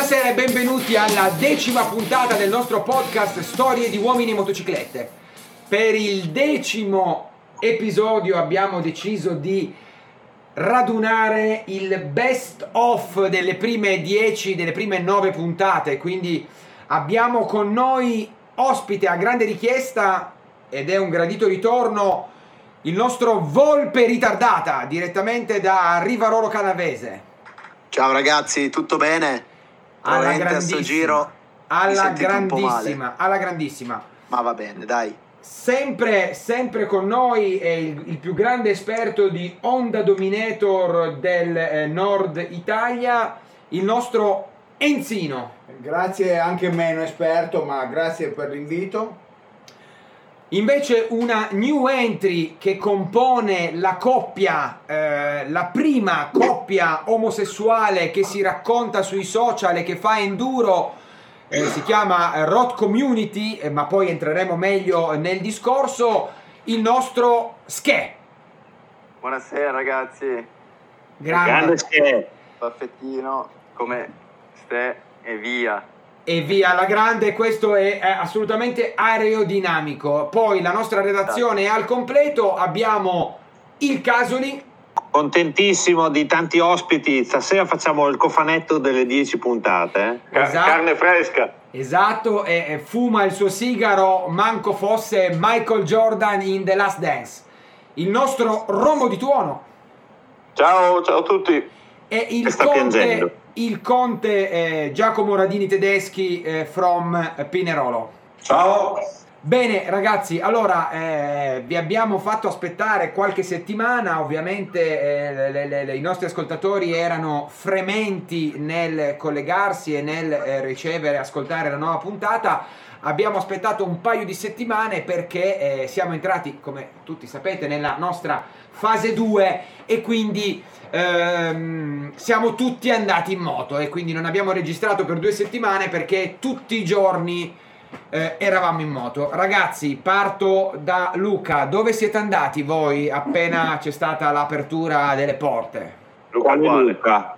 Buonasera e benvenuti alla 10ª puntata del nostro podcast Storie di uomini e motociclette. Per il 10° episodio abbiamo deciso di radunare il best of delle prime 10, delle prime 9 puntate, quindi abbiamo con noi ospite a grande richiesta ed è un gradito ritorno il nostro Volpe ritardata direttamente da Rivarolo Canavese. Ciao ragazzi, tutto bene? Alla grandissima, alla grandissima. Ma va bene, dai. Sempre con noi è il più grande esperto di Honda Dominator del Nord Italia, il nostro Enzino. Grazie, anche meno esperto, ma grazie per l'invito. Invece una new entry che compone la coppia, la prima coppia omosessuale che si racconta sui social e che fa enduro, si chiama Road Community, ma poi entreremo meglio nel discorso, il nostro Ske. Buonasera ragazzi. Grande Ske. Baffettino, come ste e via. E via alla grande, questo è assolutamente aerodinamico. Poi la nostra redazione è al completo, abbiamo il Casoli. Contentissimo di tanti ospiti, stasera facciamo il cofanetto delle 10 puntate. Esatto. Carne fresca. Esatto, e fuma il suo sigaro manco fosse Michael Jordan in The Last Dance. Il nostro Rombo di Tuono. Ciao a tutti. E piangendo. Il conte Giacomo Radini Tedeschi from Pinerolo. Ciao. Bene ragazzi, allora vi abbiamo fatto aspettare qualche settimana, ovviamente i nostri ascoltatori erano frementi nel collegarsi e nel ricevere e ascoltare la nuova puntata. Abbiamo aspettato un paio di settimane perché siamo entrati, come tutti sapete, nella nostra fase 2 e quindi siamo tutti andati in moto e quindi non abbiamo registrato per 2 settimane perché tutti i giorni eravamo in moto. Ragazzi, parto da Luca. Dove siete andati voi appena c'è stata l'apertura delle porte? Luca.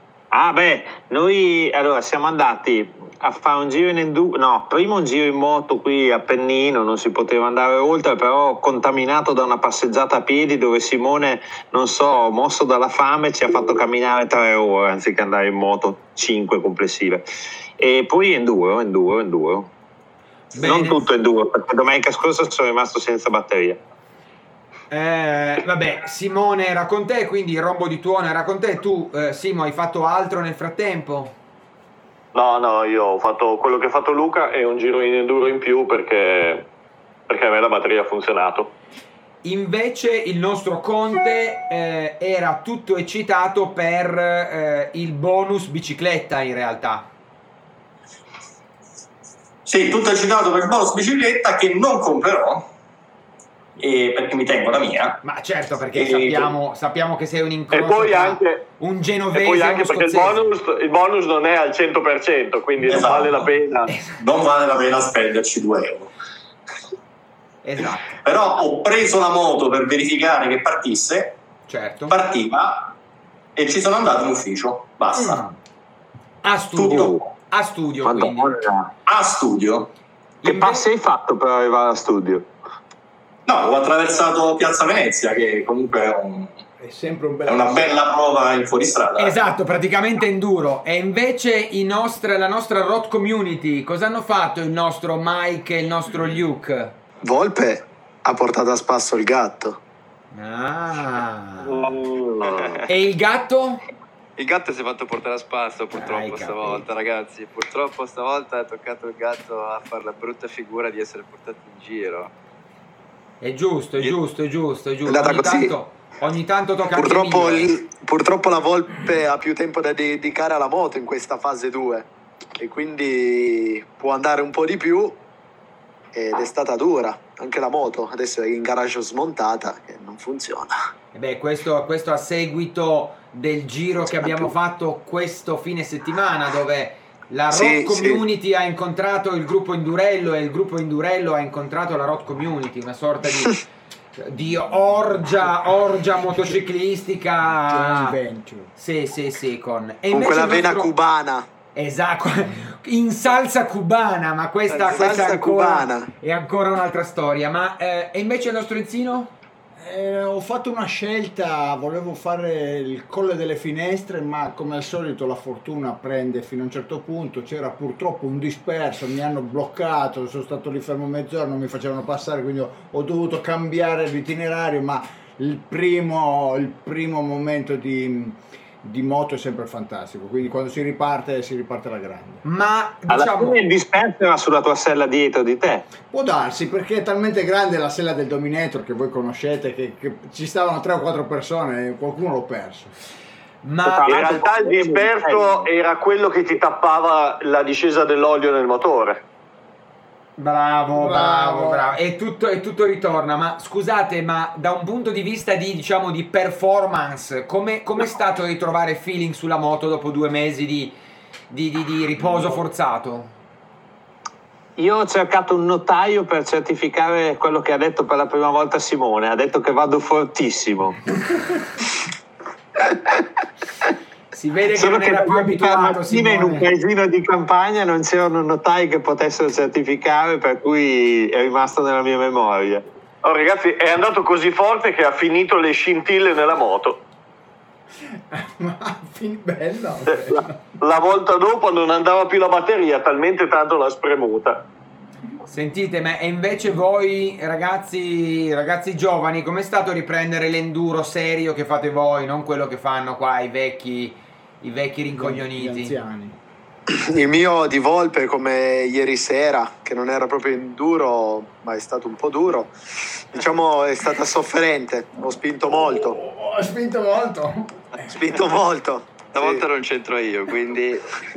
Noi allora siamo andati a fare un giro in enduro, prima un giro in moto qui a Pennino, non si poteva andare oltre, però contaminato da una passeggiata a piedi dove Simone, non so, mosso dalla fame, ci ha fatto camminare 3 ore anziché andare in moto 5 complessive. E poi enduro. Bene. Non tutto enduro, perché domenica scorsa sono rimasto senza batteria. Vabbè, Simone era con te, quindi il Rombo di Tuono era con te. Tu, Simo, hai fatto altro nel frattempo? No, io ho fatto quello che ha fatto Luca e un giro in enduro in più perché a me la batteria ha funzionato. Invece il nostro Conte era tutto eccitato per il bonus bicicletta in realtà. Sì, tutto eccitato per il bonus bicicletta che non comprerò perché mi tengo la mia. Ma certo, perché sappiamo che sei un incrocio e poi anche un genovese e poi anche e uno perché scozzese. il bonus non è al 100%, quindi Esatto. non vale la pena. Non vale la pena spenderci 2 euro. Esatto. Però ho preso la moto per verificare che partisse. Certo. Partiva e ci sono andato in ufficio. Basta. A studio. Tutto. A studio, quindi. Madonna. A studio. Che passi hai fatto per arrivare a studio? No, ho attraversato Piazza Venezia, che comunque È sempre un è una bella prova in fuoristrada. Esatto, praticamente enduro. E invece la nostra road community, cosa hanno fatto il nostro Mike e il nostro Luke? Volpe ha portato a spasso il gatto. Ah. E il gatto? Il gatto si è fatto portare a spasso purtroppo stavolta, ragazzi. Purtroppo stavolta ha toccato il gatto a fare la brutta figura di essere portato in giro. È giusto. È andata Ogni tanto tocca Purtroppo, anche purtroppo la Volpe ha più tempo da dedicare alla moto in questa fase 2 e quindi può andare un po' di più ed è stata dura anche la moto. Adesso è in garage smontata che non funziona. questo a seguito del giro che abbiamo fatto questo fine settimana, dove la Road Community ha incontrato il gruppo Indurello e il gruppo Indurello ha incontrato la Road Community, una sorta di orgia motociclistica. Joint venture. Sì, con Con quella vena cubana. Esatto, in salsa cubana, ma questa è ancora un'altra storia. Ma e invece il nostro Enzino? Ho fatto una scelta, volevo fare il Colle delle Finestre, ma come al solito la fortuna prende fino a un certo punto. C'era purtroppo un disperso, mi hanno bloccato, sono stato lì fermo mezz'ora, non mi facevano passare, quindi ho dovuto cambiare l'itinerario, ma il primo momento di moto è sempre fantastico, quindi quando si riparte alla grande. Ma alla fine il disperso era sulla tua sella dietro di te. Può darsi, perché è talmente grande la sella del Dominator che voi conoscete che ci stavano 3 o 4 persone e qualcuno l'ho perso. Ma in realtà il disperso era quello che ti tappava la discesa dell'olio nel motore. Bravo. E tutto ritorna. Ma scusate, ma da un punto di vista di performance, come è stato ritrovare feeling sulla moto dopo 2 mesi di riposo forzato? Io ho cercato un notaio per certificare quello che ha detto per la prima volta Simone. Ha detto che vado fortissimo. Si vede che non era più abituato, Simone. In un paesino di campagna non c'erano notai che potessero certificare, per cui è rimasto nella mia memoria. Oh, ragazzi, è andato così forte che ha finito le scintille nella moto. Ma bello. La volta dopo non andava più la batteria, talmente tanto l'ha spremuta. Sentite, ma e invece voi ragazzi giovani, com'è stato riprendere l'enduro serio che fate voi, non quello che fanno qua i vecchi rincoglioniti? Gli anziani. Il mio di Volpe, come ieri sera, che non era proprio enduro, ma è stato un po' duro, diciamo è stata sofferente, ho spinto molto. Ho spinto molto? Spinto molto. Stavolta non c'entro io, quindi...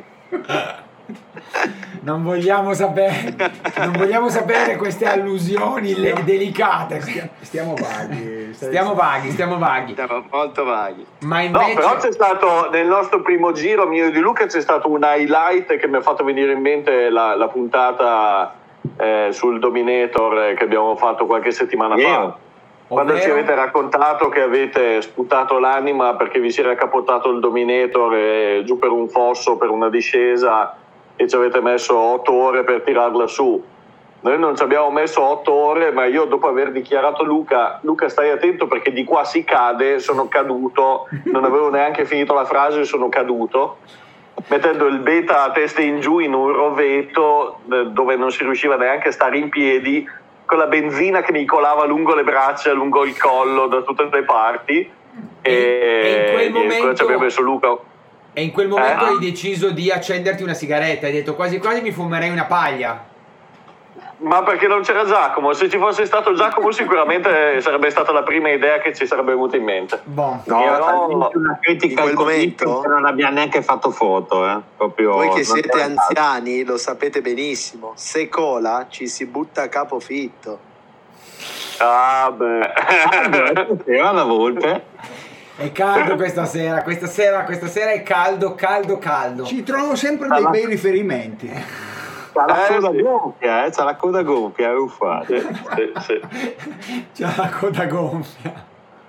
Non vogliamo sapere queste allusioni delicate. Stiamo vaghi. Stiamo vaghi. Siamo molto vaghi. Ma invece... No, però c'è stato, nel nostro primo giro, mio e di Luca, c'è stato un highlight che mi ha fatto venire in mente la puntata sul Dominator che abbiamo fatto qualche settimana fa. Quando ci avete raccontato che avete sputato l'anima perché vi si era capotato il Dominator giù per un fosso, per una discesa, e ci avete messo 8 ore per tirarla su. Noi non ci abbiamo messo 8 ore, ma io dopo aver dichiarato Luca stai attento perché di qua si cade, sono caduto, non avevo neanche finito la frase, sono caduto, mettendo il beta a testa in giù in un rovetto dove non si riusciva neanche a stare in piedi, con la benzina che mi colava lungo le braccia, lungo il collo, da tutte le parti, e in quel momento ci abbiamo messo Luca. E in quel momento hai deciso di accenderti una sigaretta, hai detto quasi mi fumerei una paglia. Ma perché non c'era Giacomo? Se ci fosse stato Giacomo sicuramente sarebbe stata la prima idea che ci sarebbe venuta in mente. Bon. No, una critica in quel momento che non abbia neanche fatto foto. Proprio voi che siete anziani lo sapete benissimo, se cola ci si butta a capofitto. Ah beh. Era la Volpe. È caldo questa sera è caldo. Ci trovo sempre dei bei riferimenti. C'ha la coda gonfia, c'ha la coda gonfia, è uffato. Sì. C'ha la coda gonfia.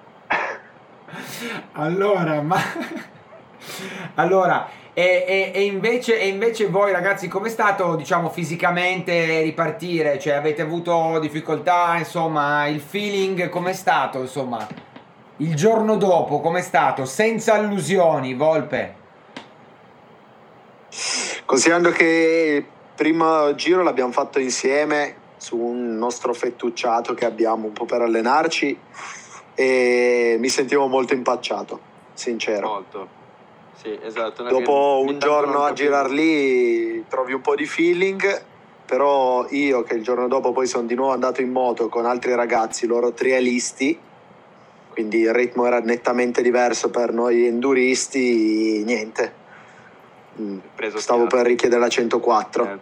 Allora, e invece voi ragazzi, com'è stato, diciamo, fisicamente ripartire? Cioè, avete avuto difficoltà, insomma, il feeling com'è stato, insomma? Il giorno dopo com'è stato? Senza allusioni, Volpe. Considerando che il primo giro l'abbiamo fatto insieme su un nostro fettucciato che abbiamo un po' per allenarci, e mi sentivo molto impacciato, sincero. Molto. Sì, esatto. Dopo un giorno a girar lì trovi un po' di feeling, però io che il giorno dopo poi sono di nuovo andato in moto con altri ragazzi, loro trialisti, quindi il ritmo era diverso per noi enduristi, niente. Stavo per richiedere la 104.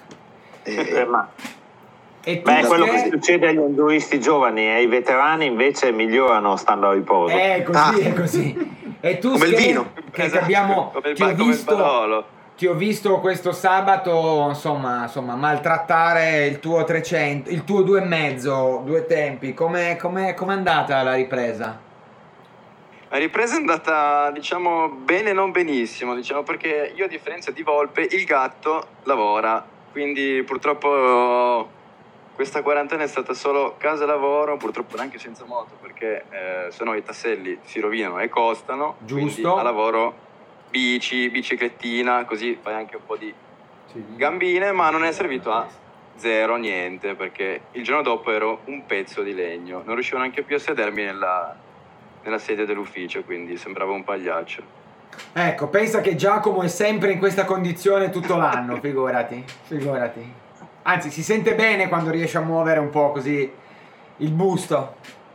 Quello che succede agli enduristi giovani e ai veterani invece migliorano stando a riposo. È così. E tu come il vino. Che abbiamo, ti ho visto questo sabato, insomma, maltrattare il tuo 300, il tuo 2,5, 2 tempi. Com'è andata la ripresa? La ripresa è andata, diciamo, bene non benissimo, diciamo, perché io a differenza di Volpe, il gatto lavora, quindi purtroppo questa quarantena è stata solo casa e lavoro, purtroppo neanche senza moto, perché sennò i tasselli si rovinano e costano. Giusto. Quindi a lavoro biciclettina, così fai anche un po' di gambine, ma non è servito a zero, niente, perché il giorno dopo ero un pezzo di legno, non riuscivo neanche più a sedermi nella sedia dell'ufficio, quindi sembrava un pagliaccio. Ecco, pensa che Giacomo è sempre in questa condizione tutto l'anno, figurati. Anzi, si sente bene quando riesce a muovere un po' così il busto.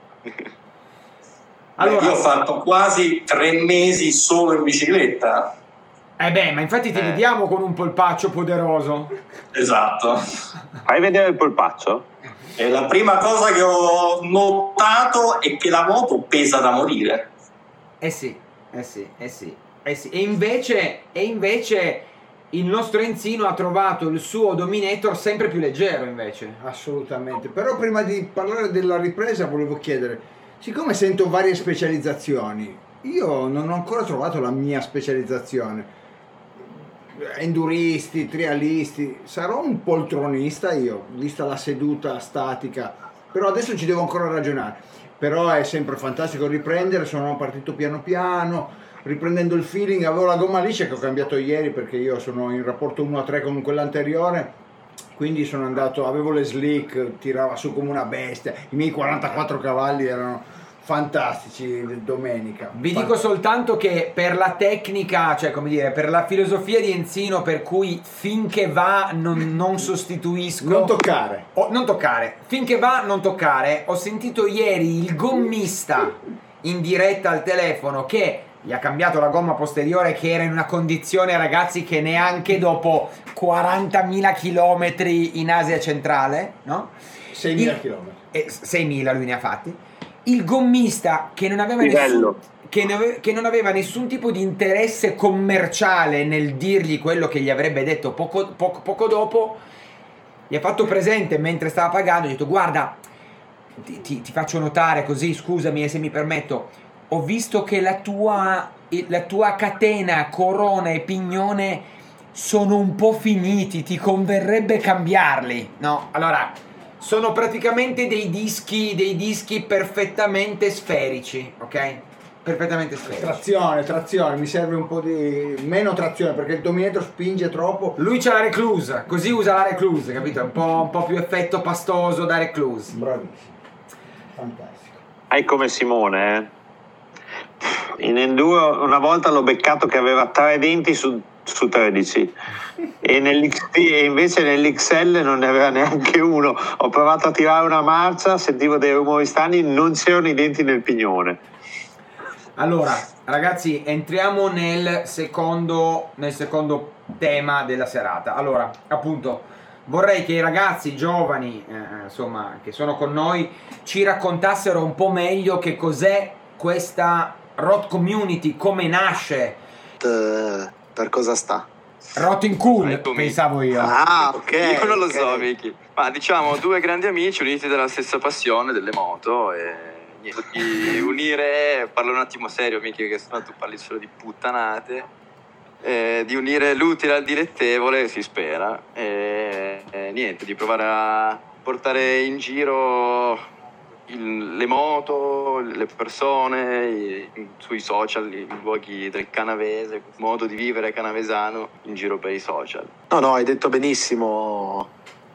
Allora, io ho fatto quasi 3 mesi solo in bicicletta. Ma infatti ti vediamo con un polpaccio poderoso. Esatto. Fai vedere il polpaccio? E la prima cosa che ho notato è che la moto pesa da morire. Eh sì. E invece il nostro Enzino ha trovato il suo Dominator sempre più leggero, invece. Assolutamente. Però prima di parlare della ripresa volevo chiedere, siccome sento varie specializzazioni, io non ho ancora trovato la mia specializzazione. Enduristi, trialisti, sarò un poltronista io, vista la seduta statica, però adesso ci devo ancora ragionare. Però è sempre fantastico riprendere, sono partito piano piano, riprendendo il feeling. Avevo la gomma liscia che ho cambiato ieri perché io sono in rapporto 1-3 con quella anteriore, quindi sono andato, avevo le slick, tirava su come una bestia, i miei 44 cavalli erano fantastici domenica. Vi dico soltanto che per la tecnica, cioè come dire, per la filosofia di Enzino, per cui finché va non sostituisco, non toccare, finché va non toccare. Ho sentito ieri il gommista in diretta al telefono che gli ha cambiato la gomma posteriore, che era in una condizione, ragazzi, che neanche dopo 40.000 chilometri in Asia centrale, no? 6.000 chilometri. 6.000 lui ne ha fatti. Il gommista che non aveva nessun tipo di interesse commerciale nel dirgli quello che gli avrebbe detto poco dopo, gli ha fatto presente mentre stava pagando, gli ha detto: guarda, ti faccio notare così, scusami se mi permetto, ho visto che la tua catena, corona e pignone sono un po' finiti, ti converrebbe cambiarli, no? Allora, sono praticamente dei dischi perfettamente sferici, ok? Perfettamente sferici. Trazione, mi serve un po' di meno trazione perché il Dominator spinge troppo. Lui c'ha la recluse, così usa la recluse, capito? Un po' più effetto pastoso da recluse. Bravissimo. Fantastico. Hai come Simone, eh? In enduro una volta l'ho beccato che aveva 3 denti su 13 e invece nell'XL non ne aveva neanche uno. Ho provato a tirare una marcia, sentivo dei rumori strani, non c'erano i denti nel pignone. Allora ragazzi, entriamo nel secondo tema della serata. Allora, appunto, vorrei che i ragazzi giovani insomma, che sono con noi, ci raccontassero un po' meglio che cos'è questa Road Community, come nasce. Per cosa sta? Rotting Cool, pensavo io. Ah, ok. Io non lo so, Miki. Ma diciamo, 2 grandi amici uniti dalla stessa passione delle moto e di unire, parlo un attimo serio, Miki, che sennò tu parli solo di puttanate, di unire l'utile al dilettevole, si spera, e niente, di provare a portare in giro le moto, le persone sui social, i luoghi del canavese, modo di vivere canavesano in giro per i social. No, hai detto benissimo.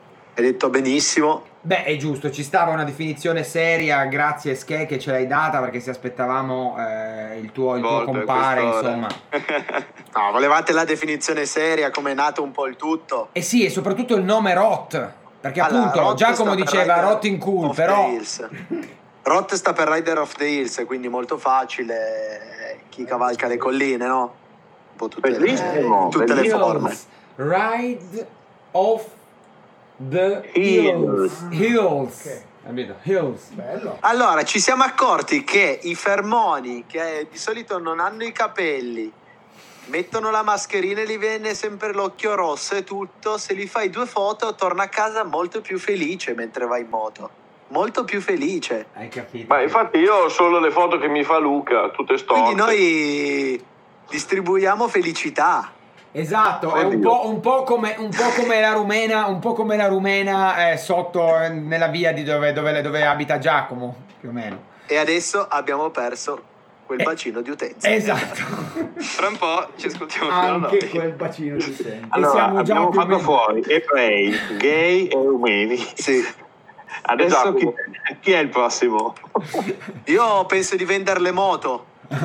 Beh, è giusto, ci stava una definizione seria, grazie Sche che ce l'hai data, perché se aspettavamo il tuo compare, insomma. No, volevate la definizione seria, come è nato un po' il tutto. Eh sì, e soprattutto il nome Rot. Perché appunto Giacomo diceva Rotting Cool, però Rot sta per Rider of the Hills, quindi molto facile, chi cavalca le colline, no? Un po' tutte le forme. Ride of the Hills. Okay. Hills. Bello. Allora, ci siamo accorti che i fermoni, che di solito non hanno i capelli, mettono la mascherina e gli viene sempre l'occhio rosso e tutto, se gli fai 2 foto torna a casa molto più felice mentre vai in moto. molto più felice. Hai capito? Ma infatti io ho solo le foto che mi fa Luca, tutte storte. Quindi noi distribuiamo felicità. Esatto, è un po' come la rumena sotto nella via di dove abita Giacomo, più o meno. E adesso abbiamo perso quel bacino di utenza. Esatto. Fra un po' ci ascoltiamo fino Anche noi. quel bacino di tempo. Allora, siamo già abbiamo più o fatto meno- fuori ebrei, gay e rumeni. Sì. Adesso Esatto. chi è il prossimo? Io penso di vendere le moto.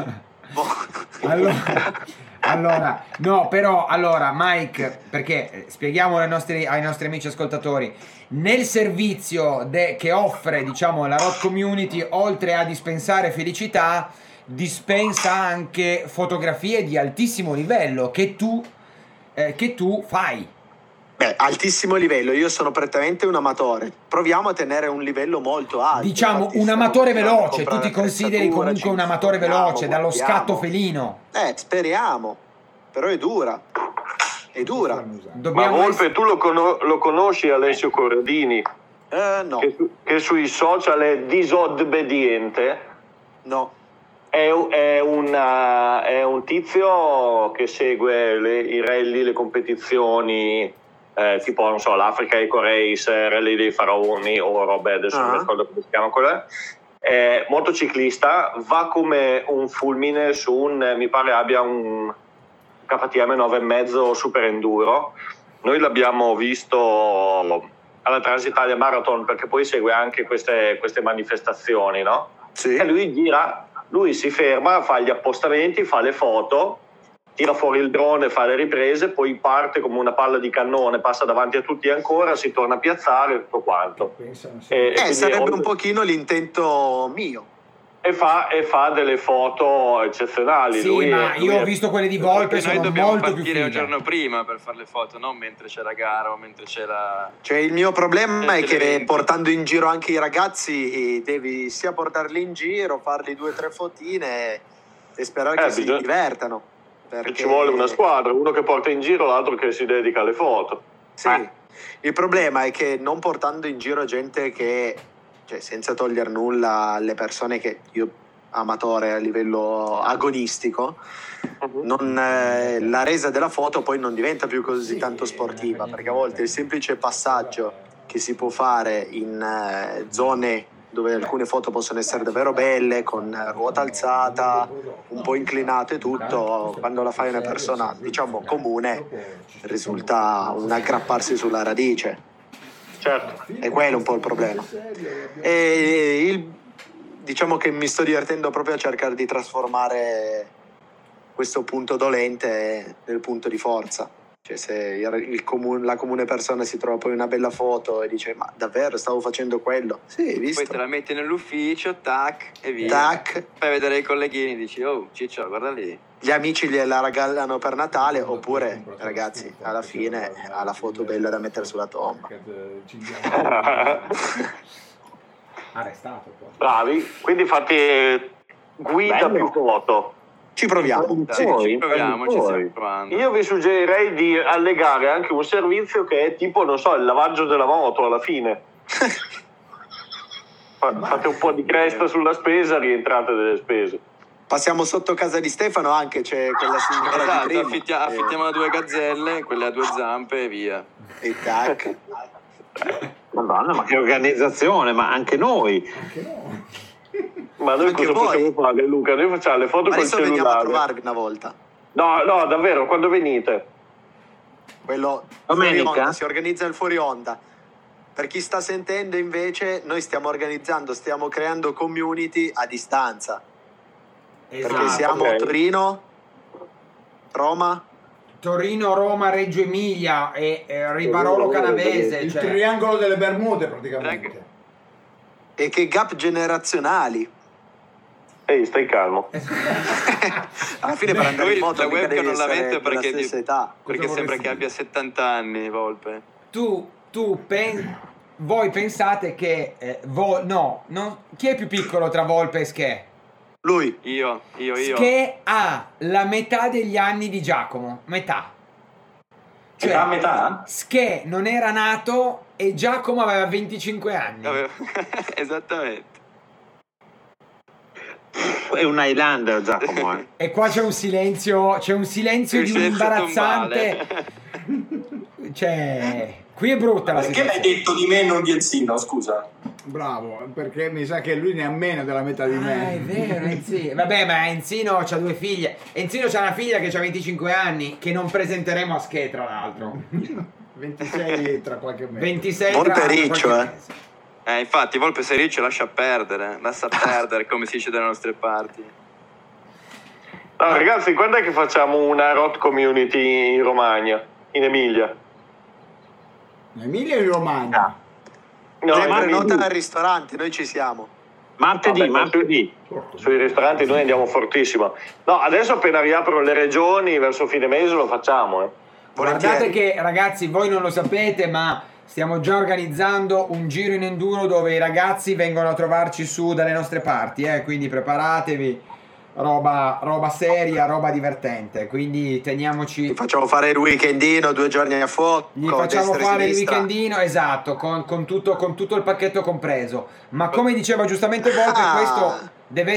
Allora, no, però, Mike, perché spieghiamo ai nostri amici ascoltatori, nel servizio che offre, diciamo, la Road Community, oltre a dispensare felicità, dispensa anche fotografie di altissimo livello che tu fai. Beh, altissimo livello, io sono prettamente un amatore. Proviamo a tenere un livello molto alto. Diciamo Infatti un stiamo amatore continuando a veloce, tu comprare ti consideri attrezzatura, comunque un ci amatore informiamo, veloce, dallo guardiamo. scatto felino. Speriamo, però è dura. È dura. Ma Dobbiamo Volpe, tu lo conosci Alessio Corradini? No, Che sui social è disobbediente? no. È un tizio che segue i rally, le competizioni, tipo, non so, l'Africa Eco Race, Rally dei Faraoni o robe, adesso non mi ricordo come si chiama quella. È motociclista, va come un fulmine su mi pare abbia un KTM 9,5 Super Enduro. Noi l'abbiamo visto alla Transitalia Marathon, perché poi segue anche queste manifestazioni, no? Sì. E lui si ferma, fa gli appostamenti, fa le foto, tira fuori il drone, fa le riprese, poi parte come una palla di cannone, passa davanti a tutti ancora, si torna a piazzare, tutto quanto. Quindi Sarebbe un pochino l'intento mio. E fa delle foto eccezionali. Sì, Lui ma è- io lui ho è- visto quelle di Volpe, Perché noi sono dobbiamo molto più partire un fighe. giorno prima per fare le foto, non mentre c'è la gara o mentre c'è la... Cioè, il mio problema è che l'evento. portando in giro anche i ragazzi devi sia portarli in giro, fargli 2 o 3 fotine e sperare che si bisogna- divertano. che Perché ci vuole una squadra, uno che porta in giro, l'altro che si dedica alle foto. Sì. Il problema è che non portando in giro gente che, cioè, senza togliere nulla alle persone che io amatore a livello agonistico, la resa della foto poi non diventa più così tanto sportiva, perché a volte il semplice passaggio che si può fare in zone dove alcune foto possono essere davvero belle, con ruota alzata, un po' inclinato e tutto, quando la fai una persona, diciamo, comune, risulta un aggrapparsi sulla radice. Certo. E quello è un po' il problema. Diciamo che mi sto divertendo proprio a cercare di trasformare questo punto dolente nel punto di forza. Cioè, se la comune persona si trova poi una bella foto e dice: ma davvero stavo facendo quello? Sì, hai visto? Poi te la metti nell'ufficio, tac, e via. Tac, Fai vedere ai colleghini, dici, oh Ciccio, guarda lì. gli amici gliela regalano per Natale, oppure, ragazzi, alla fine ha la foto bella da mettere sulla tomba. Arrestato poi. Bravi, quindi fate guida Bello. più foto. Ci proviamo. Dai, Poi, ci proviamo, ci poi. stiamo provando. Io vi suggerirei di allegare anche un servizio che è tipo, non so, il lavaggio della moto alla fine. Fate un po' di cresta sulla spesa, rientrate delle spese. Passiamo sotto casa di Stefano anche, c'è quella signora Esatto, di prima. affittiamo 2 gazzelle, quelle a 2 zampe e via. E tac. Madonna, ma che organizzazione, ma anche noi. Ma noi Anche cosa voi. possiamo fare, Luca? Noi facciamo le foto Ma col adesso veniamo a cellulare. trovarvi una volta. No, davvero, quando venite? Quello Domenica? fuori onda, si organizza il fuori onda. Per chi sta sentendo invece, noi stiamo creando community a distanza. Perché siamo a ok. Torino, Roma, Torino, Roma, Reggio Emilia e Rivarolo Canavese. Il Cioè, triangolo delle Bermude praticamente. e che gap generazionali. Ehi, stai calmo. Alla fine per andare Lui in moto la mica webcam devi non la essere mette della perché stessa età. Perché sembra che abbia 70 anni, Volpe. voi pensate che chi è più piccolo tra Volpe e Sche? Lui, Io. Sche ha la metà degli anni di Giacomo, metà. Cioè, Età a metà? Ske non era nato e Giacomo aveva 25 anni. Esattamente. È un Highlander Giacomo. E qua c'è un silenzio di un silenzio imbarazzante. Cioè, qui è brutta la Perché l'hai situazione. detto di me e non di Enzino, scusa? Bravo, perché mi sa che lui ne ha meno della metà di me. Ah, è vero, Enzino. Vabbè, ma Enzino c'ha 2 figlie. Enzino c'ha una figlia che ha 25 anni, che non presenteremo a Ske, tra l'altro. 26 tra qualche mese. 26 Volpe tra riccio, qualche mese. Infatti, Volpe se riccio lascia perdere, come si dice dalle nostre parti. No, ragazzi, quando è che facciamo una Rot Community in Romagna, in Emilia? In Emilia o in Romagna? No, in Prenota Emilia. al ristorante, noi ci siamo. Martedì. Sui ristoranti noi andiamo fortissimo. No, adesso appena riaprono le regioni, verso fine mese lo facciamo. Guardate che, ragazzi, voi non lo sapete, ma stiamo già organizzando un giro in enduro dove i ragazzi vengono a trovarci su dalle nostre parti, quindi preparatevi, roba seria, roba divertente, quindi teniamoci. Gli facciamo fare il weekendino, 2 giorni a fuoco. Gli facciamo destra e fare il sinistra. weekendino, esatto, con tutto il pacchetto compreso. Ma come diceva giustamente Volpe, questo deve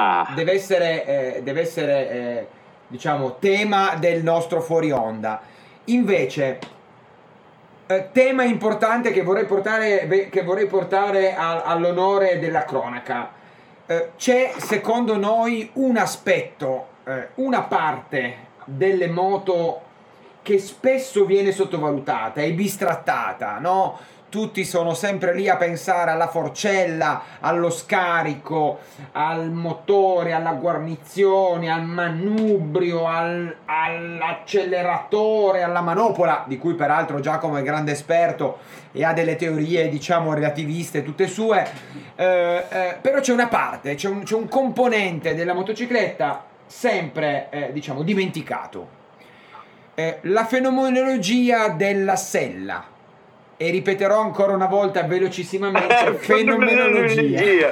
essere diciamo, tema del nostro fuori onda. Invece, tema importante che vorrei portare all'onore della cronaca. C'è secondo noi un aspetto, una parte delle moto che spesso viene sottovalutata e bistrattata, no? Tutti sono sempre lì a pensare alla forcella, allo scarico, al motore, alla guarnizione, al manubrio, all'acceleratore, alla manopola, di cui peraltro Giacomo è grande esperto e ha delle teorie, diciamo, relativiste tutte sue. Però c'è una parte, c'è un componente della motocicletta sempre, diciamo, dimenticato. La fenomenologia della sella. E ripeterò ancora una volta velocissimamente fenomenologia.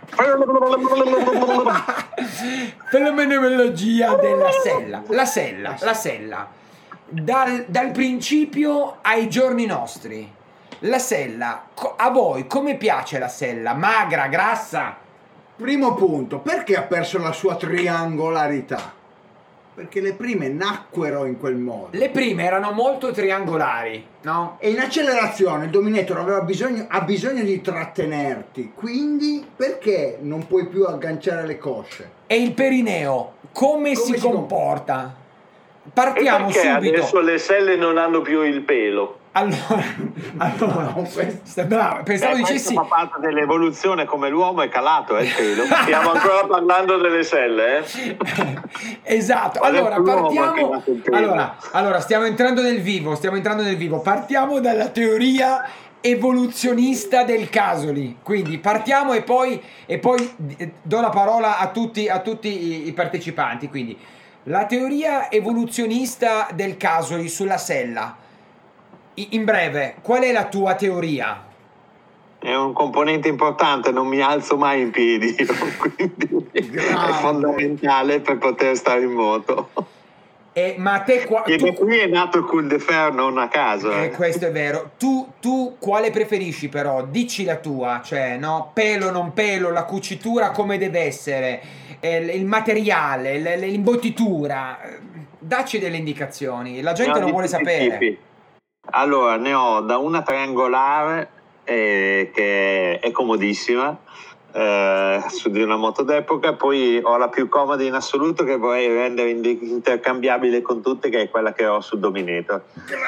Fenomenologia della sella. La sella. Dal principio ai giorni nostri. La sella, a voi come piace la sella? Magra, grassa? Primo punto, perché ha perso la sua triangolarità? Perché le prime nacquero in quel modo. Le prime erano molto triangolari, no? E in accelerazione il Dominator ha bisogno di trattenerti, quindi perché non puoi più agganciare le cosce? E il perineo, come si comporta? Partiamo E perché subito. adesso le selle non hanno più il pelo? Allora, bravo, pensavo dicessi. Fa parte dell'evoluzione, come l'uomo è calato, il pelo. Stiamo ancora parlando delle selle, Esatto. Allora, partiamo. Allora, stiamo entrando nel vivo. Partiamo dalla teoria evoluzionista del Casoli. Quindi partiamo e poi do la parola a tutti i partecipanti. Quindi la teoria evoluzionista del Casoli sulla sella. In breve, qual è la tua teoria? È un componente importante, non mi alzo mai in piedi, quindi è fondamentale per poter stare in moto. Ma a te da qui è nato il Cul de Fer, non a caso. Questo è vero. Tu quale preferisci però? Dici la tua, cioè, no? Pelo, non pelo, la cucitura come deve essere, il materiale, l'imbottitura. Dacci delle indicazione, la gente non vuole sapere. Tipi. Allora, ne ho da una triangolare che è comodissima, su di una moto d'epoca, poi ho la più comoda in assoluto che vorrei rendere intercambiabile con tutte, che è quella che ho sul Dominator.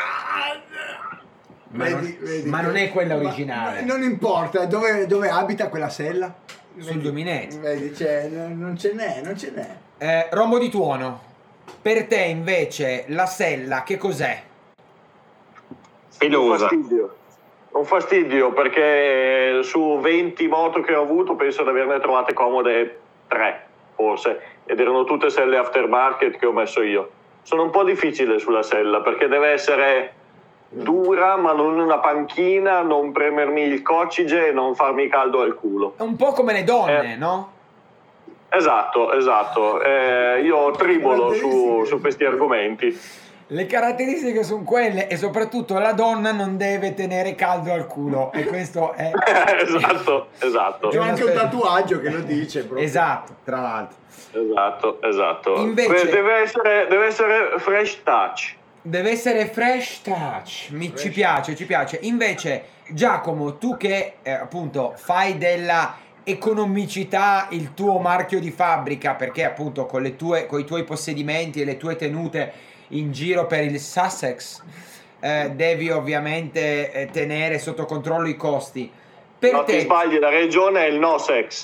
Ma non è quella originale. Non importa, dove abita quella sella? Sul Dominator. Vedi, non ce n'è. Rombo di tuono. Per te invece la sella che cos'è? Pelosa. Un fastidio, perché su 20 moto che ho avuto penso di averne trovate comode 3 forse, ed erano tutte selle aftermarket che ho messo io. Sono un po' difficile sulla sella perché deve essere dura, ma non una panchina, non premermi il coccige e non farmi caldo al culo. È un po' come le donne, no? Esatto. Io tribolo su questi argomenti. Le caratteristiche sono quelle, e soprattutto la donna non deve tenere caldo al culo, e questo è esatto. C'è anche un tatuaggio che lo dice proprio. esatto, tra l'altro. Esatto. Invece- deve essere fresh touch. Deve essere fresh touch, ci piace. Invece, Giacomo, tu che appunto fai della economicità il tuo marchio di fabbrica, perché appunto con i tuoi possedimenti e le tue tenute in giro per il Sussex devi ovviamente tenere sotto controllo i costi. Per No, ti sbagli, la regione è il no sex.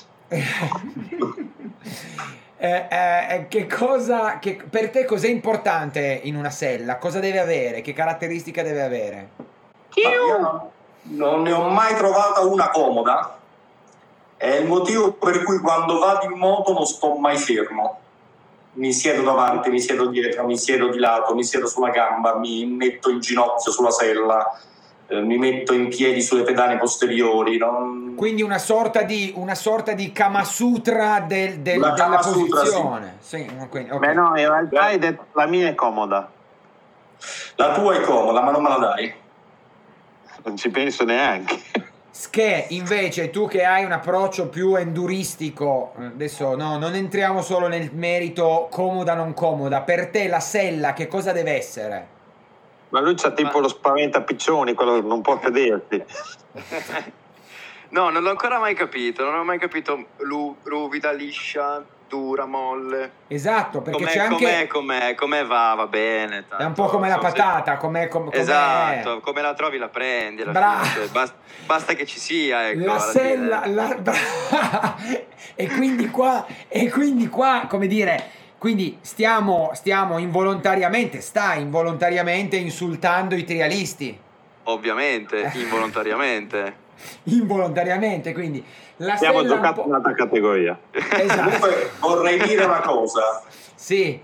Per te cos'è importante in una sella? Cosa deve avere? Che caratteristica deve avere? Io non ne ho mai trovata una comoda. È il motivo per cui quando vado in moto non sto mai fermo. Mi siedo davanti, mi siedo dietro, mi siedo di lato, mi siedo sulla gamba, mi metto in ginocchio sulla sella, mi metto in piedi sulle pedane posteriori. Quindi una sorta di Kama Sutra della Kama Sutra, posizione. Sì, quindi, ok. Beh no, in realtà hai detto la mia è comoda. La tua è comoda, ma non me la dai. Non ci penso neanche. Che invece tu che hai un approccio più enduristico, adesso no, non entriamo solo nel merito comoda non comoda, per te la sella che cosa deve essere? Ma lui c'ha tipo lo spaventapiccioni, quello non può vederti. No, non l'ho ancora mai capito. Non ho mai capito ruvida, liscia, dura, molle. Esatto, perché Com'è, c'è anche com'è va bene. è un po' come la patata, com'è. Esatto, come la trovi la prendi. Bravo. Fine, cioè, basta che ci sia. Ecco, La alla sella, fine. e quindi qua, come dire, quindi stiamo involontariamente insultando i trialisti. Ovviamente, Involontariamente, quindi la Abbiamo sella giocato in un'altra categoria. Esatto. Comunque vorrei dire una cosa. Sì,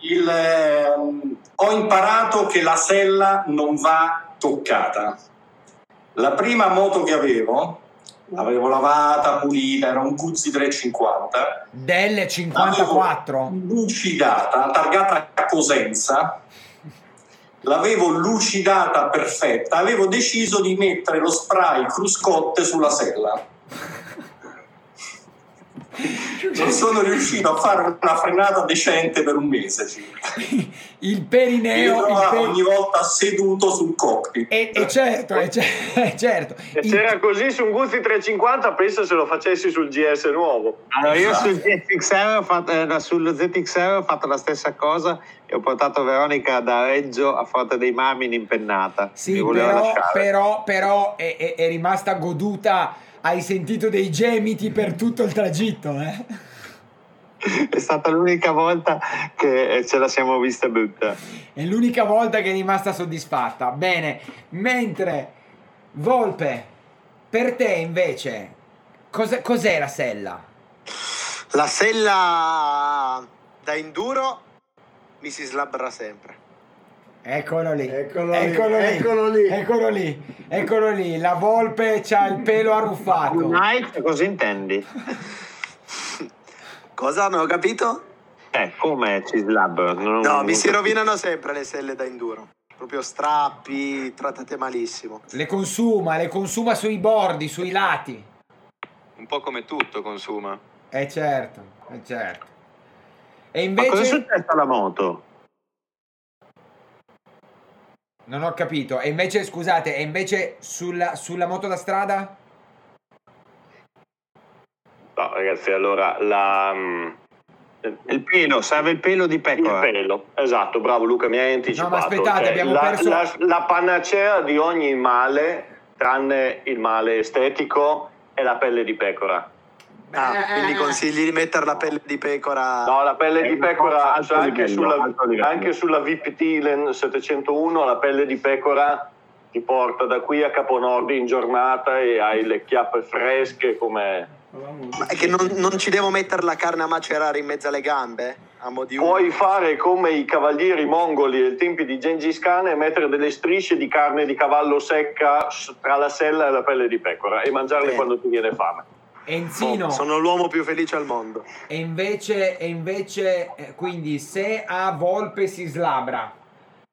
Ho imparato che la sella non va toccata. La prima moto che l'avevo lavata, pulita, era un Guzzi 350. del 54. L'avevo lucidata, targata a Cosenza. L'avevo lucidata perfetta. Avevo deciso di mettere lo spray cruscotte sulla sella. Non sono riuscito a fare una frenata decente per un mese circa. Il perineo, ogni volta seduto sul cockpit. e certo. E c'era così su un Guzzi 350, penso se lo facessi sul GS nuovo. Allora io sullo ZXR ho fatto la stessa cosa e ho portato Veronica da Reggio a Forte dei Marmi in impennata. Sì, Mi voleva lasciare. però è rimasta goduta. Hai sentito dei gemiti per tutto il tragitto, eh? È stata l'unica volta che ce la siamo vista brutta. È l'unica volta che è rimasta soddisfatta. Bene, mentre Volpe, per te invece, cos'è la sella? La sella da enduro mi si slabbra sempre. Eccolo lì. La Volpe c'ha il pelo arruffato. Night, cosa intendi? Cosa? Non ho capito? Come ci slabber? No, mi si rovinano sempre le selle da enduro. Proprio strappi, trattate malissimo. Le consuma sui bordi, sui lati. Un po' come tutto consuma. Certo. E Ma cosa è invece successo alla moto? non ho capito. E invece, scusate, sulla moto da strada? No, ragazzi, allora Il pelo, serve il pelo di pecora. il pelo, esatto, bravo Luca, mi hai anticipato. No, ma aspettate, abbiamo perso la panacea di ogni male, tranne il male estetico, è la pelle di pecora. Quindi consigli di mettere la pelle di pecora? No, la pelle di pecora, alto anche livello. anche sulla VPT 701, la pelle di pecora ti porta da qui a Caponordi in giornata e hai le chiappe fresche come... Ma è che non ci devo mettere la carne a macerare in mezzo alle gambe? A mo' di Puoi fare come i cavalieri mongoli ai tempi di Gengis Khan e mettere delle strisce di carne di cavallo secca tra la sella e la pelle di pecora e mangiarle quando ti viene fame. Enzino. Sono l'uomo più felice al mondo. E invece quindi se a Volpe si slabra,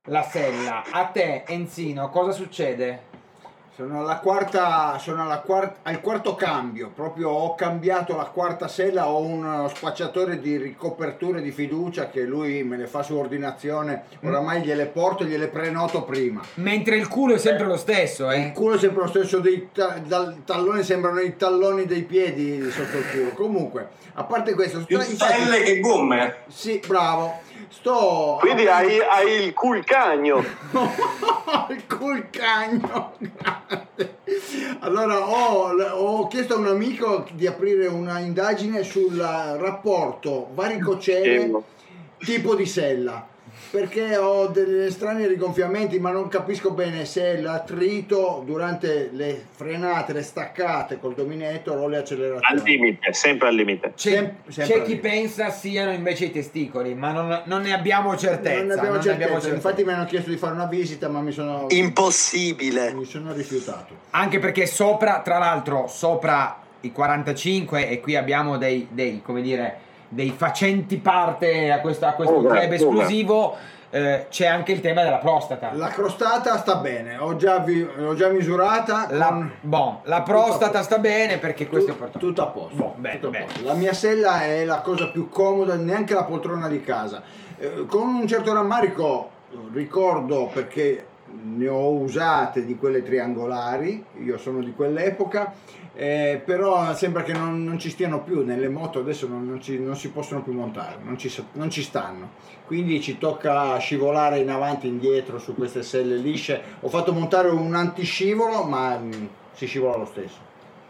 la sella. A te, Enzino, cosa succede? Sono al quarto cambio, proprio ho cambiato la quarta sella, ho uno spacciatore di ricoperture di fiducia che lui me le fa su ordinazione, oramai gliele porto e gliele prenoto prima. Mentre il culo è sempre lo stesso, Il culo è sempre lo stesso, dal tallone sembrano i talloni dei piedi sotto il culo. Comunque, a parte questo, Più stelle che gomme. Sì, bravo. Quindi hai il culcagno. Il culcagno, grande. Allora ho chiesto a un amico di aprire una indagine sul rapporto varicocele tipo di sella, perché ho degli strani rigonfiamenti, ma non capisco bene se l'attrito durante le frenate, le staccate col dominator o le accelerazioni. Al limite, sempre al limite. C'è chi pensa siano invece i testicoli, ma non ne abbiamo certezza. Non ne abbiamo certezza. Infatti mi hanno chiesto di fare una visita, ma mi sono rifiutato. Anche perché tra l'altro sopra i 45, e qui abbiamo dei come dire, dei facenti parte a questo club esclusivo, c'è anche il tema della prostata. La crostata sta bene, l'ho già misurata. La prostata sta bene, perché questo è portato. Tutto a posto. Bene. La mia sella è la cosa più comoda, neanche la poltrona di casa. Con un certo rammarico, ricordo, perché ne ho usate di quelle triangolari, io sono di quell'epoca, però sembra che non ci stiano più nelle moto, adesso non si possono più montare, non ci stanno, quindi ci tocca scivolare in avanti e indietro su queste selle lisce. Ho fatto montare un antiscivolo, ma si scivola lo stesso.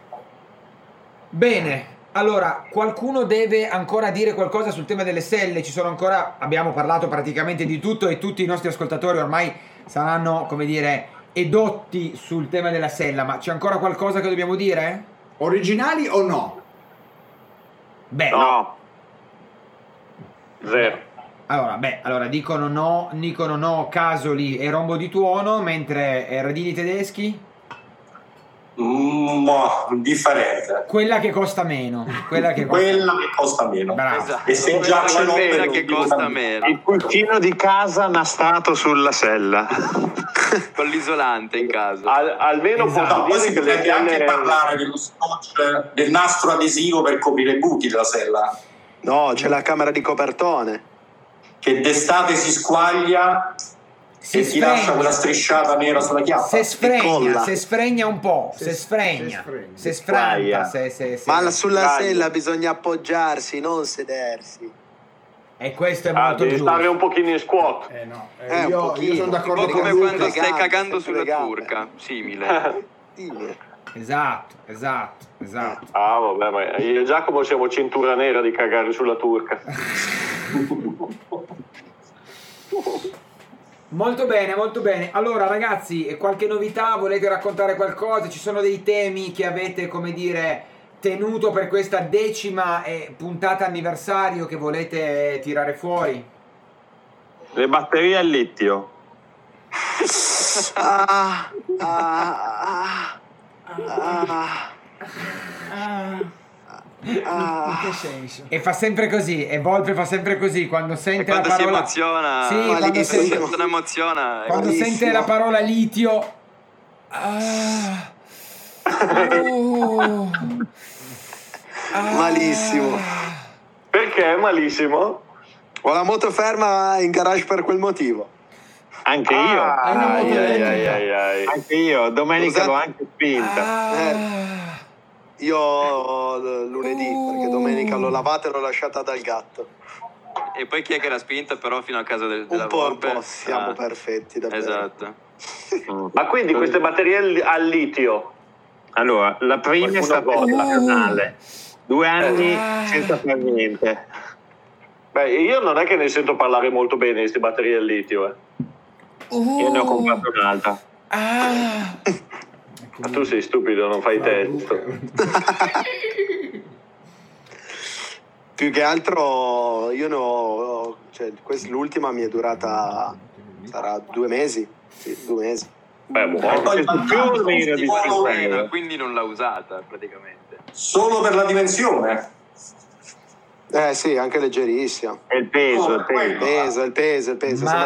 Bene, allora qualcuno deve ancora dire qualcosa sul tema delle selle. Abbiamo parlato praticamente di tutto e tutti i nostri ascoltatori ormai saranno, come dire, edotti sul tema della sella, ma c'è ancora qualcosa che dobbiamo dire? Originali o no? Beh, no. Zero. Allora dicono no Casoli e Rombo di Tuono, mentre Radini tedeschi? Differente. Quella che costa meno. Quella che costa meno. Bravo. Esatto. E se già ce l'ho, quella perché che costa meno. Il pulcino di casa nastato sulla sella. Con l'isolante in casa. Almeno Esatto. Poi si potrebbe anche parlare dello scotch, del nastro adesivo per coprire i buchi della sella. No, c'è la camera di copertone. Che d'estate si squaglia e ti lascia quella strisciata nera sulla chiappa. Se sfregna un po', se sfregna, se sfranta, Ma sulla sella bisogna appoggiarsi, non sedersi. E questo è molto devi giusto. stare un pochino in squat. Io sono d'accordo Un po' come con quando Luca. stai cagando sulla gambe. turca, simile. Esatto. Ah, vabbè, ma io e Giacomo siamo cintura nera di cagare sulla turca. Molto bene. Allora ragazzi, qualche novità? Volete raccontare qualcosa? Ci sono dei temi che avete, come dire, tenuto per questa 10ª puntata anniversario che volete tirare fuori? Le batterie al litio. In che senso? E fa sempre così, e Volpe fa sempre così quando sente la Quando si parola. emoziona, Sì, quando sente, emoziona. quando sente la parola litio. Malissimo. Perché è malissimo? Ho la moto ferma in garage per quel motivo. Anche io. Anche io. Domenica l'ho anche spinta. Io lunedì, perché domenica l'ho lavata e l'ho lasciata dal gatto. E poi chi è che l'ha spinta però fino a casa della Un po', Volpe? siamo perfetti davvero. Esatto. Ma quindi queste batterie al litio? Allora, la prima è stata stagionale. 2 anni senza fare niente. Beh, io non è che ne sento parlare molto bene di queste batterie al litio. Io ne ho comprato un'altra. Ma tu sei stupido, non fai testo. Più che altro io l'ultima mi è durata, sarà 2 mesi. Sì, 2 mesi. Beh, Poi Quindi non l'ha usata praticamente. solo per la dimensione. Sì, anche leggerissima. È il peso, Il peso.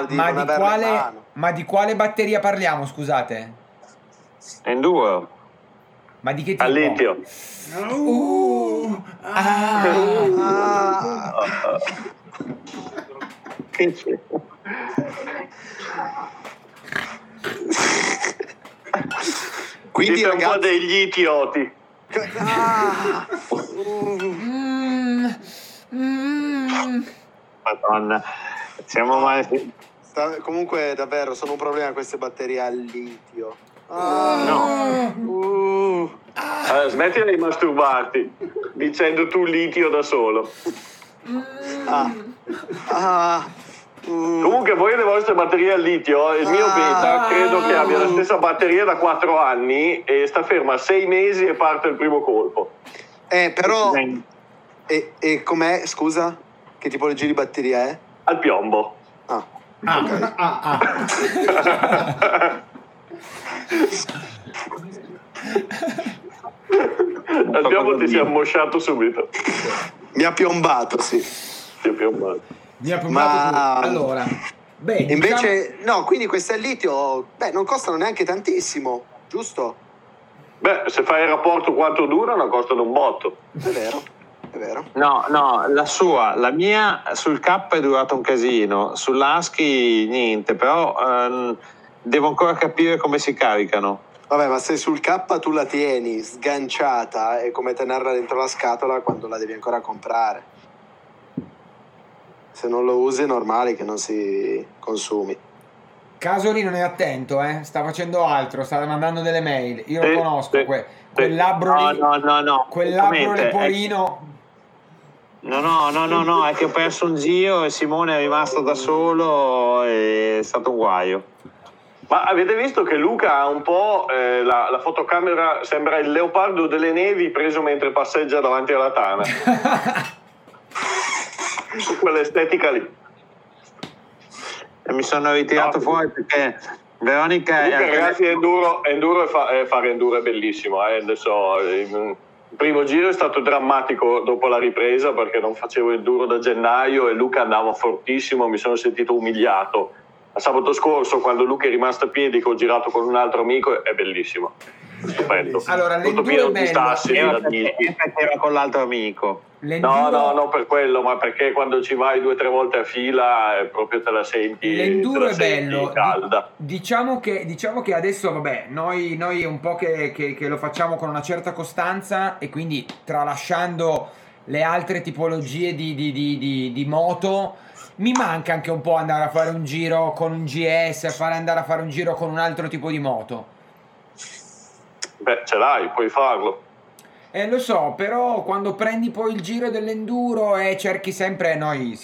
Ma di quale batteria parliamo, scusate? Enduro. Ma di che tipo? Al litio. Che c'è? Quindi Siete un po' ragazzi, degli idioti. Madonna, siamo mai... comunque davvero sono un problema queste batterie al litio. No. Smettila di masturbarti dicendo tu litio da solo. Comunque voi le vostre batterie al litio, il mio beta credo che abbia la stessa batteria da 4 anni e sta ferma 6 mesi e parte il primo colpo. Però e com'è, scusa? Che tipologia di batteria è? Al piombo. Al piombo ti si è ammosciato subito. Mi ha piombato, sì. Ti è piombato. Mi ha provato allora. Beh, invece no, quindi queste al litio non costano neanche tantissimo, giusto? Beh, se fai il rapporto quanto durano costano un botto. È vero. No, la mia sul K è durata un casino, sull'Husky niente, però devo ancora capire come si caricano. Vabbè, ma se sul K tu la tieni sganciata è come tenerla dentro la scatola quando la devi ancora comprare. Se non lo usi è normale che non si consumi. Casoli non è attento, sta facendo altro, sta mandando delle mail. Io lo conosco, quel labbro lì. No. Quel labbro leporino. No, è che ho perso un giro e Simone è rimasto da solo, è stato un guaio. Ma avete visto che Luca ha un po' la fotocamera, sembra il leopardo delle nevi preso mentre passeggia davanti alla tana. Su quell'estetica lì. E mi sono ritirato fuori perché Veronica... Comunque, ragazzi, enduro e fare enduro è bellissimo. Adesso, il primo giro è stato drammatico dopo la ripresa perché non facevo enduro da gennaio e Luca andava fortissimo, mi sono sentito umiliato. Sabato scorso, quando Luca è rimasto a piedi, che ho girato con un altro amico, è bellissimo. Stupendo. Allora, tutto pieno di sassi. Perché era con l'altro amico. No, per quello, ma perché quando ci vai 2 o 3 volte a fila proprio te la senti. L'enduro è senti bello. Calda. Diciamo che adesso, vabbè, noi un po' che lo facciamo con una certa costanza e quindi tralasciando le altre tipologie di moto, mi manca anche un po' andare a fare un giro con un GS, andare a fare un giro con un altro tipo di moto. Beh, ce l'hai, puoi farlo. Lo so, però quando prendi poi il giro dell'enduro e cerchi sempre,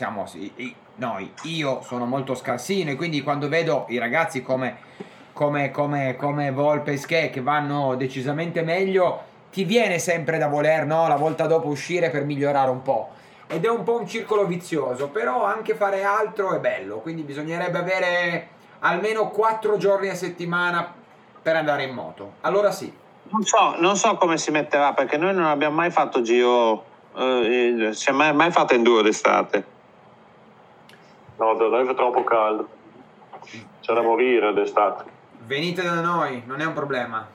io sono molto scarsino e quindi quando vedo i ragazzi come Volpe e Sché che vanno decisamente meglio, ti viene sempre da voler, la volta dopo uscire per migliorare un po'. Ed è un po' un circolo vizioso, però anche fare altro è bello, quindi bisognerebbe avere almeno 4 giorni a settimana per andare in moto. Allora sì. Non so come si metterà perché noi non abbiamo mai fatto giro, si è mai fatto enduro d'estate. No, da noi fa troppo caldo. C'è da morire d'estate. Venite da noi, non è un problema.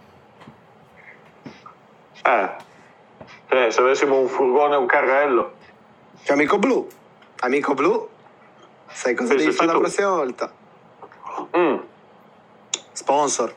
Se avessimo un furgone e un carrello. C'è amico blu, sai cosa devi fare la prossima volta? Sponsor.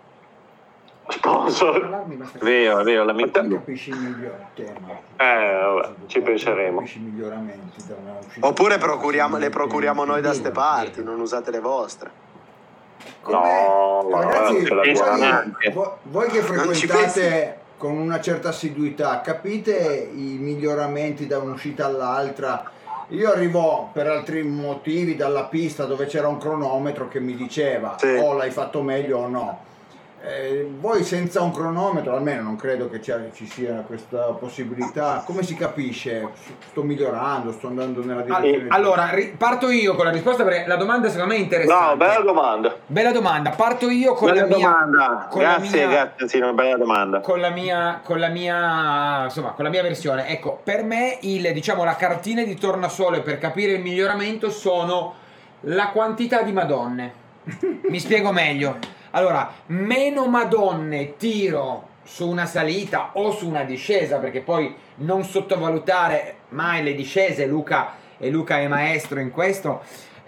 Vero, l'amico blu. Capisci il miglior tema. Vabbè, ci penseremo. Capisci i miglioramenti da una uscita. Oppure le procuriamo noi da ste parti, non usate le vostre. No, ragazzi, no, voi che frequentate con una certa assiduità, capite i miglioramenti da un'uscita all'altra? Io arrivo per altri motivi dalla pista dove c'era un cronometro che mi diceva o l'hai fatto meglio o no. Voi senza un cronometro, almeno non credo che ci sia questa possibilità, come si capisce? Sto migliorando, sto andando nella direzione? Allora, parto io con la risposta perché la domanda secondo me è interessante. No, bella domanda. Bella domanda, parto io con bella la mia domanda. Grazie, sì, una bella domanda. Con la mia versione. Ecco, per me la cartina di tornasole per capire il miglioramento sono la quantità di madonne. Mi spiego meglio. Allora, meno madonne tiro su una salita o su una discesa, perché poi non sottovalutare mai le discese, Luca è maestro in questo.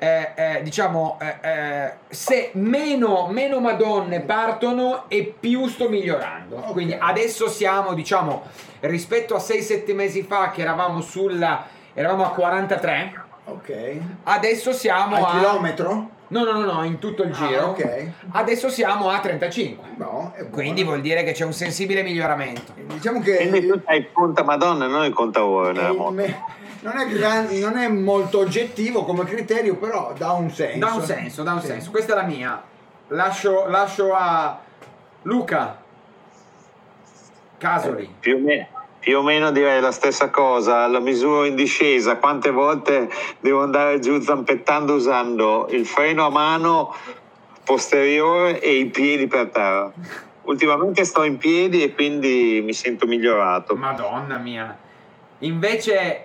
Se meno madonne partono e più sto migliorando. Okay. Quindi adesso siamo, rispetto a 6-7 mesi fa che eravamo a 43. Ok. Adesso siamo a chilometro? No, in tutto il giro. Ok. Adesso siamo a 35. No, quindi vuol dire che c'è un sensibile miglioramento. Diciamo che quindi tu hai il conta Madonna, non il conta ora nella moto. Non è molto oggettivo come criterio, però dà un senso. Da un senso. Questa è la mia. Lascio a Luca Casoli. Più o meno direi la stessa cosa, la misuro in discesa, quante volte devo andare giù zampettando usando il freno a mano posteriore e i piedi per terra. Ultimamente sto in piedi e quindi mi sento migliorato. Madonna mia. Invece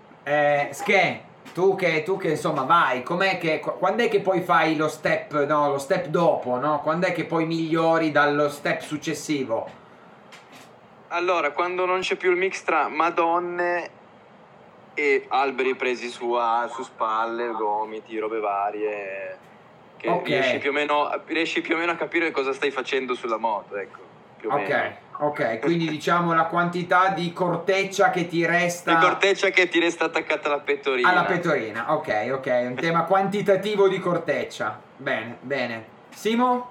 tu che insomma vai, quando è che poi fai lo step dopo, no? Quando è che poi migliori dallo step successivo? Allora, quando non c'è più il mix tra madonne e alberi presi su spalle, gomiti, robe varie, che okay. riesci più o meno a capire cosa stai facendo sulla moto, ecco, più o meno. Ok, quindi la quantità di corteccia che ti resta... Di corteccia che ti resta attaccata alla pettorina. Alla pettorina, ok, un tema quantitativo di corteccia. Bene. Simo?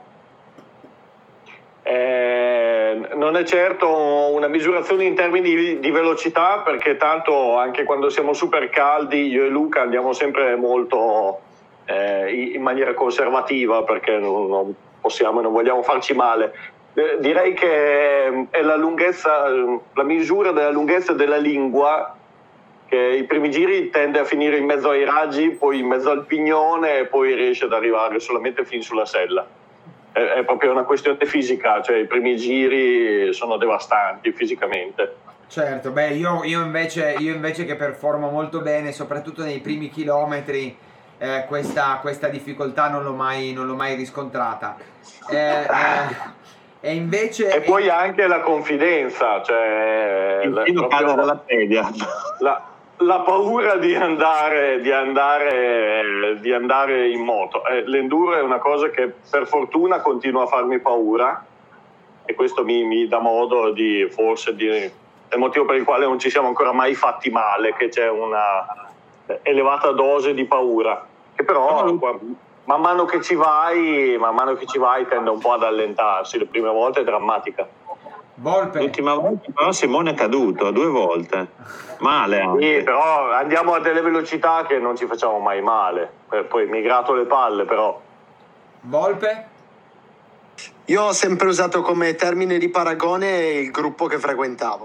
Non è certo una misurazione in termini di velocità, perché tanto anche quando siamo super caldi io e Luca andiamo sempre molto in maniera conservativa, perché non possiamo e non vogliamo farci male. Direi che è la misura della lunghezza della lingua, che i primi giri tende a finire in mezzo ai raggi, poi in mezzo al pignone e poi riesce ad arrivare solamente fin sulla sella. È proprio una questione fisica, cioè i primi giri sono devastanti fisicamente. Certo, io invece che performo molto bene, soprattutto nei primi chilometri, questa difficoltà non l'ho mai riscontrata. E invece... E poi anche la confidenza, cioè... Il cade dalla sedia. La paura di andare in moto. L'enduro è una cosa che per fortuna continua a farmi paura, e questo mi dà modo è il motivo per il quale non ci siamo ancora mai fatti male, che c'è una elevata dose di paura, che però man mano che ci vai tende un po' ad allentarsi. Le prime volte è drammatica. Volpe. L'ultima volta però Simone è caduto 2 volte, male anche. Sì, però andiamo a delle velocità che non ci facciamo mai male, poi mi gratto le palle però. Volpe? Io ho sempre usato come termine di paragone il gruppo che frequentavo.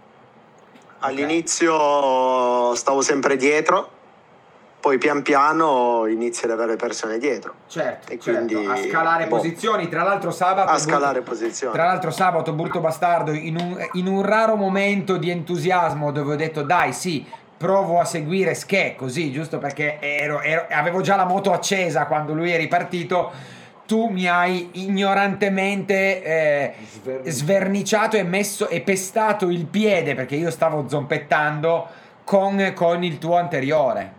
All'inizio stavo sempre dietro, poi pian piano inizi ad avere persone dietro. Certo, e quindi, a scalare posizioni. Tra l'altro sabato Burto Bastardo in un raro momento di entusiasmo, dove ho detto dai sì, provo a seguire Ske, così, giusto perché avevo già la moto accesa quando lui è ripartito, tu mi hai ignorantemente sverniciato e pestato il piede, perché io stavo zompettando con il tuo anteriore.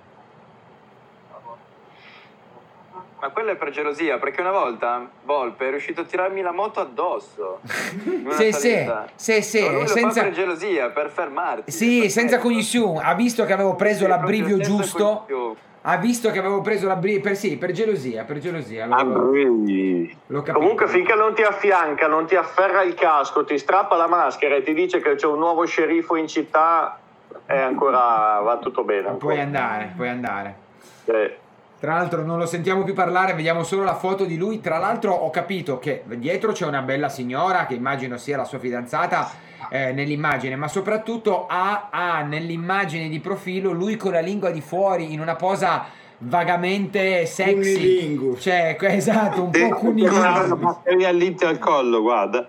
Ma quello è per gelosia, perché una volta Volpe è riuscito a tirarmi la moto addosso. Sì. Lui lo fa per gelosia, per fermarti. Sì, senza cognizione. Ha visto che avevo preso l'abbrivio giusto. Ha visto che avevo preso l'abbrivio per gelosia. L'ho capito. Comunque finché non ti affianca, non ti afferra il casco, ti strappa la maschera e ti dice che c'è un nuovo sceriffo in città, va tutto bene. Puoi andare. Tra l'altro non lo sentiamo più parlare, vediamo solo la foto di lui. Tra l'altro ho capito che dietro c'è una bella signora che immagino sia la sua fidanzata nell'immagine, ma soprattutto ha nell'immagine di profilo lui con la lingua di fuori in una posa vagamente sexy. Cunnilingus. Cioè, esatto, un po' Una cunnilingus. batteria all'inizio al collo, guarda.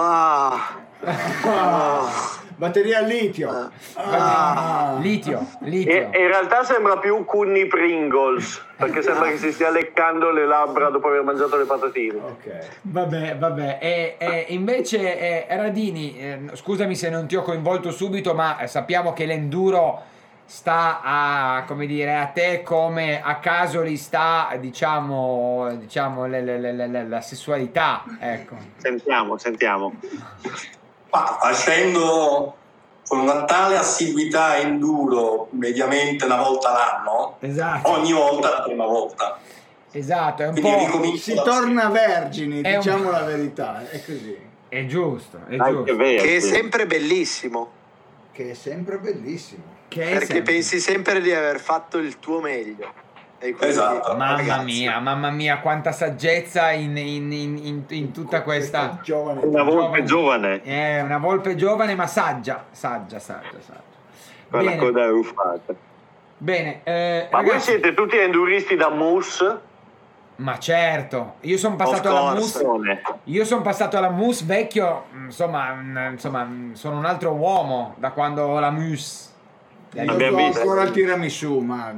Batteria al litio. Litio. In realtà sembra più Cunni Pringles, perché sembra che si stia leccando le labbra dopo aver mangiato le patatine. Ok. Vabbè. E invece Radini, scusami se non ti ho coinvolto subito, ma sappiamo che l'enduro sta a, come dire, a te come a Casoli sta, diciamo la sessualità, ecco. Sentiamo. Ma facendo con una tale assiduità enduro, mediamente una volta l'anno, Esatto. ogni volta è la prima volta. Esatto, è un Quindi po'. ricomincio Si da- torna vergini, È un- diciamo la verità, è così. È giusto, è Dai, giusto. che vero. Che è sempre bellissimo, Che è sempre bellissimo. Che è perché sempre- pensi sempre di aver fatto il tuo meglio. E quindi, Esatto. Mamma mia, quanta saggezza in tutta questa. Giovane. Una volpe giovane, È una volpe giovane ma saggia. con la coda ruffata. Bene, Ma voi ragazzi, siete tutti enduristi da mousse? ma certo, io sono passato Of alla course. mousse. Io sono passato alla mousse vecchio, insomma, sono un altro uomo da quando ho la mousse. Io Abbiamo do visto. ancora il tiramisù, ma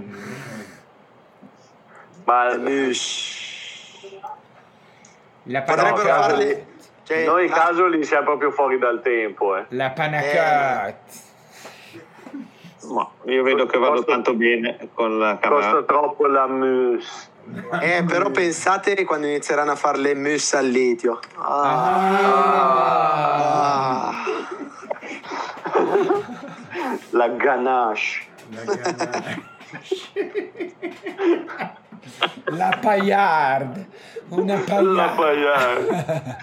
La Potrebbero panna farli. Cioè, Noi Casoli siamo proprio fuori dal tempo. La panna cotta. Ma io vedo che vado tanto bene con la Costa camera. troppo la mousse. però pensate quando inizieranno a fare le mousse al litio. La ganache. La paillard. Una La paillard. pagliare.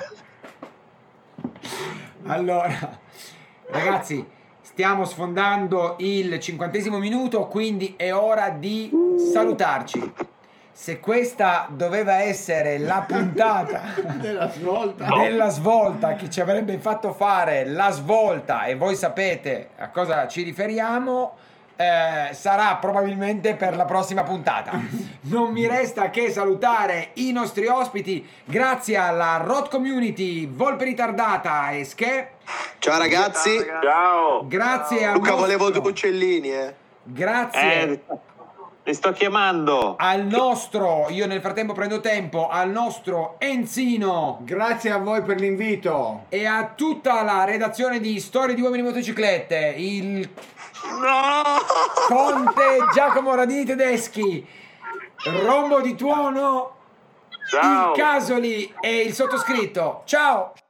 Allora, ragazzi, stiamo sfondando il 50° minuto, quindi è ora di salutarci. Se questa doveva essere la puntata della svolta. della svolta che ci avrebbe fatto fare la svolta, e voi sapete a cosa ci riferiamo, sarà probabilmente per la prossima puntata. Non mi resta che salutare i nostri ospiti, grazie alla Rot Community, Volpe Ritardata e Sche. Ciao ragazzi. Ciao. Grazie al Luca, volevo nostro, due uccellini, grazie Li sto chiamando. al nostro, io nel frattempo prendo tempo, al nostro Enzino Grazie a voi per l'invito. e a tutta la redazione di Storie di Uomini in Motociclette, il Conte Giacomo Radini Tedeschi, Rombo di Tuono, Ciao. il Casoli e il sottoscritto. Ciao!